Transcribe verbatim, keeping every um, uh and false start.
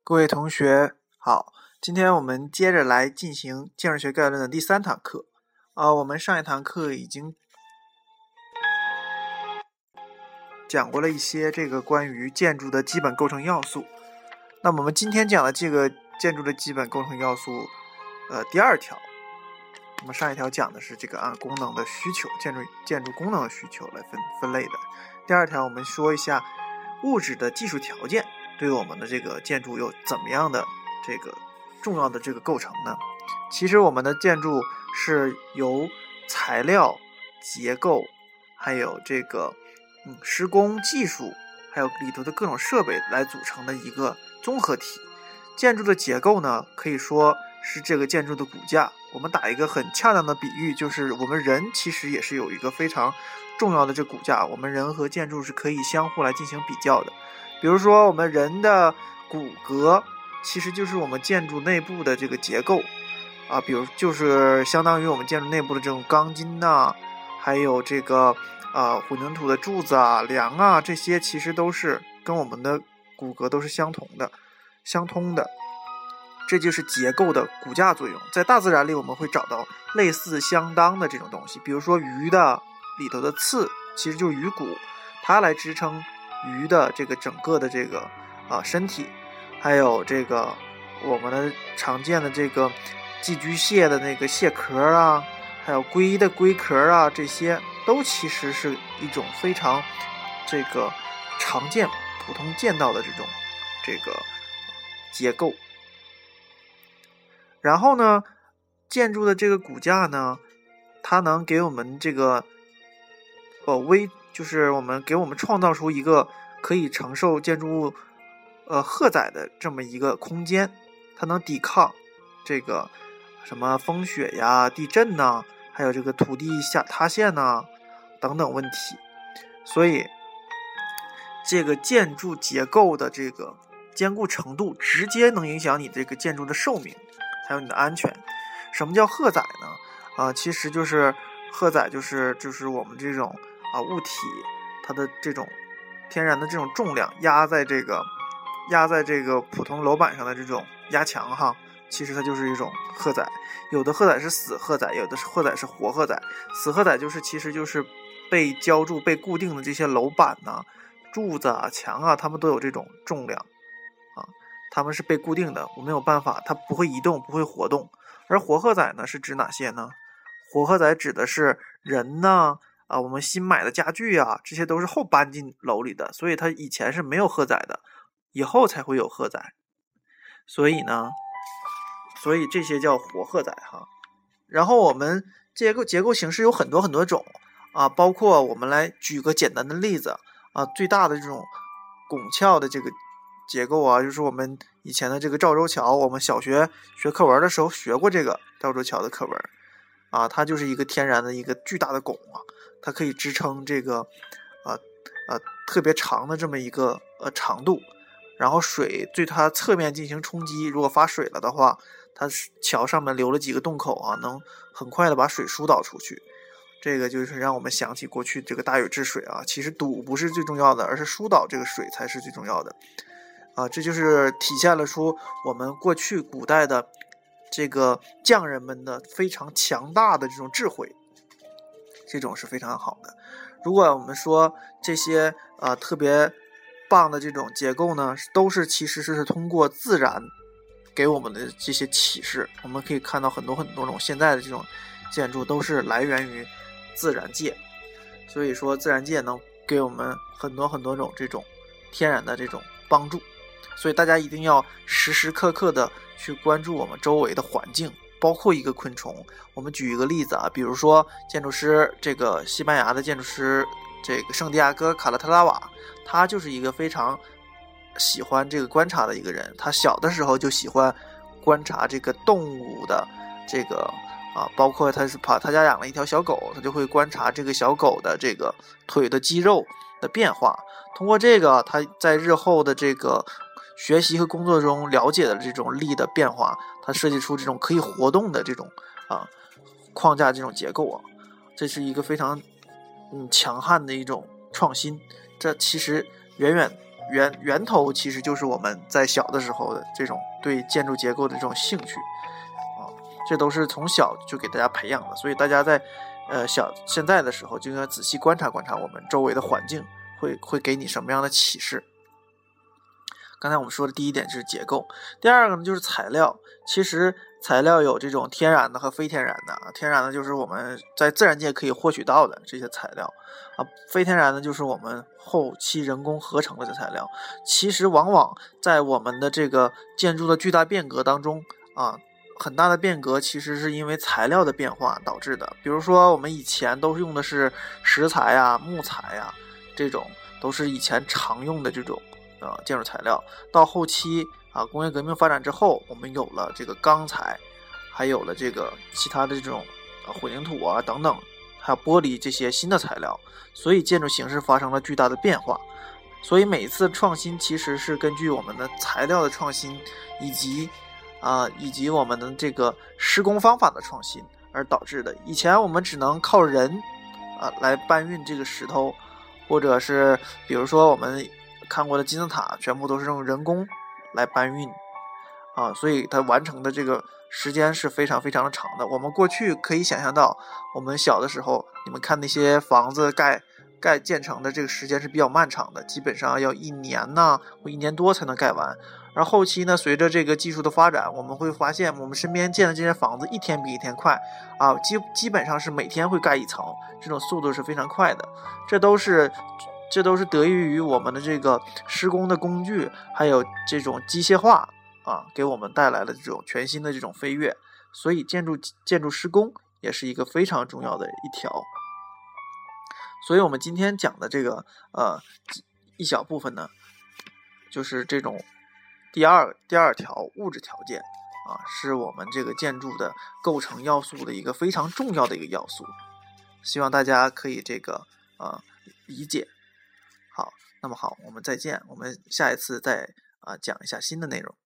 各位同学好，今天我们接着来进行建筑学概论的第三堂课。呃，我们上一堂课已经讲过了一些这个关于建筑的基本构成要素。那么我们今天讲的这个建筑的基本构成要素，呃，第二条，我们上一条讲的是这个按功能的需求，建筑建筑功能的需求来分分类的。第二条，我们说一下物质的技术条件对我们的这个建筑有怎么样的这个重要的这个构成呢？其实我们的建筑是由材料、结构，还有这个嗯施工技术，还有里头的各种设备来组成的一个综合体。建筑的结构呢，可以说是这个建筑的骨架。我们打一个很恰当的比喻，就是我们人其实也是有一个非常重要的这骨架，我们人和建筑是可以相互来进行比较的。比如说我们人的骨骼其实就是我们建筑内部的这个结构啊，比如就是相当于我们建筑内部的这种钢筋呐、啊，还有这个呃混凝土的柱子啊、梁啊，这些其实都是跟我们的骨骼都是相同的、相通的。这就是结构的骨架作用。在大自然里我们会找到类似相当的这种东西，比如说鱼的里头的刺其实就是鱼骨，它来支撑鱼的这个整个的这个啊、呃、身体，还有这个我们的常见的这个寄居蟹的那个蟹壳啊，还有龟的龟壳啊，这些都其实是一种非常这个常见、普通见到的这种这个结构。然后呢，建筑的这个骨架呢，它能给我们这个呃微，就是我们给我们创造出一个可以承受建筑物呃荷载的这么一个空间，它能抵抗这个什么风雪呀、地震呐、还有这个土地下塌陷呐等等问题。所以这个建筑结构的这个坚固程度直接能影响你这个建筑的寿命还有你的安全。什么叫荷载呢？啊、呃，其实就是荷载就是就是我们这种啊、呃、物体它的这种天然的这种重量压在这个压在这个普通楼板上的这种压强哈，其实它就是一种荷载。有的荷载是死荷载，有的是荷载是活荷载。死荷载就是其实就是被浇筑被固定的这些楼板呐、柱子啊、墙啊，它们都有这种重量啊，它们是被固定的，我没有办法，它不会移动，不会活动。而活荷载呢是指哪些呢？活荷载指的是人呢啊，我们新买的家具啊，这些都是后搬进楼里的，所以它以前是没有荷载的，以后才会有荷载。所以呢，所以这些叫活荷载哈。然后我们结构结构形式有很多很多种啊，包括我们来举个简单的例子啊，最大的这种拱桥的这个结构啊，就是我们以前的这个赵州桥，我们小学学课文的时候学过这个赵州桥的课文啊，它就是一个天然的一个巨大的拱啊，它可以支撑这个呃呃特别长的这么一个呃长度，然后水对它侧面进行冲击，如果发水了的话，它桥上面留了几个洞口啊，能很快的把水疏导出去。这个就是让我们想起过去这个大禹治水啊，其实堵不是最重要的，而是疏导这个水才是最重要的啊。这就是体现了出我们过去古代的这个匠人们的非常强大的这种智慧，这种是非常好的。如果我们说这些呃特别棒的这种结构呢，都是其实是通过自然给我们的这些启示。我们可以看到很多很多种现在的这种建筑都是来源于自然界，所以说自然界能给我们很多很多种这种天然的这种帮助。所以大家一定要时时刻刻的去关注我们周围的环境，包括一个昆虫。我们举一个例子啊，比如说建筑师这个西班牙的建筑师这个圣地亚哥卡拉特拉瓦，他就是一个非常喜欢这个观察的一个人。他小的时候就喜欢观察这个动物的这个啊，包括他是怕他家养了一条小狗，他就会观察这个小狗的这个腿的肌肉的变化。通过这个，他在日后的这个学习和工作中了解的这种力的变化，他设计出这种可以活动的这种啊框架这种结构啊，这是一个非常嗯强悍的一种创新。这其实远远源源头其实就是我们在小的时候的这种对建筑结构的这种兴趣啊，这都是从小就给大家培养的。所以大家在呃小现在的时候就应该仔细观察观察我们周围的环境会会给你什么样的启示。刚才我们说的第一点是结构，第二个呢就是材料。其实材料有这种天然的和非天然的啊，天然的就是我们在自然界可以获取到的这些材料啊，非天然的就是我们后期人工合成的这材料。其实往往在我们的这个建筑的巨大变革当中啊，很大的变革其实是因为材料的变化导致的。比如说我们以前都是用的是石材啊、木材啊，这种都是以前常用的这种呃建筑材料。到后期啊，工业革命发展之后，我们有了这个钢材，还有了这个其他的这种混凝土啊等等，还有玻璃这些新的材料，所以建筑形式发生了巨大的变化。所以每一次创新其实是根据我们的材料的创新，以及啊、呃、以及我们的这个施工方法的创新而导致的。以前我们只能靠人啊、呃、来搬运这个石头，或者是比如说我们看过的金字塔，全部都是用人工来搬运啊，所以它完成的这个时间是非常非常的长的。我们过去可以想象到，我们小的时候，你们看那些房子盖盖建成的这个时间是比较漫长的，基本上要一年呢或一年多才能盖完。而后期呢，随着这个技术的发展，我们会发现我们身边建的这些房子一天比一天快啊，基基本上是每天会盖一层，这种速度是非常快的。这都是这都是得益于我们的这个施工的工具，还有这种机械化啊，给我们带来了这种全新的这种飞跃。所以建筑建筑施工也是一个非常重要的一条。所以我们今天讲的这个呃一小部分呢，就是这种第二第二条物质条件啊，是我们这个建筑的构成要素的一个非常重要的一个要素。希望大家可以这个呃理解。好，那么好，我们再见，我们下一次再啊、呃、讲一下新的内容。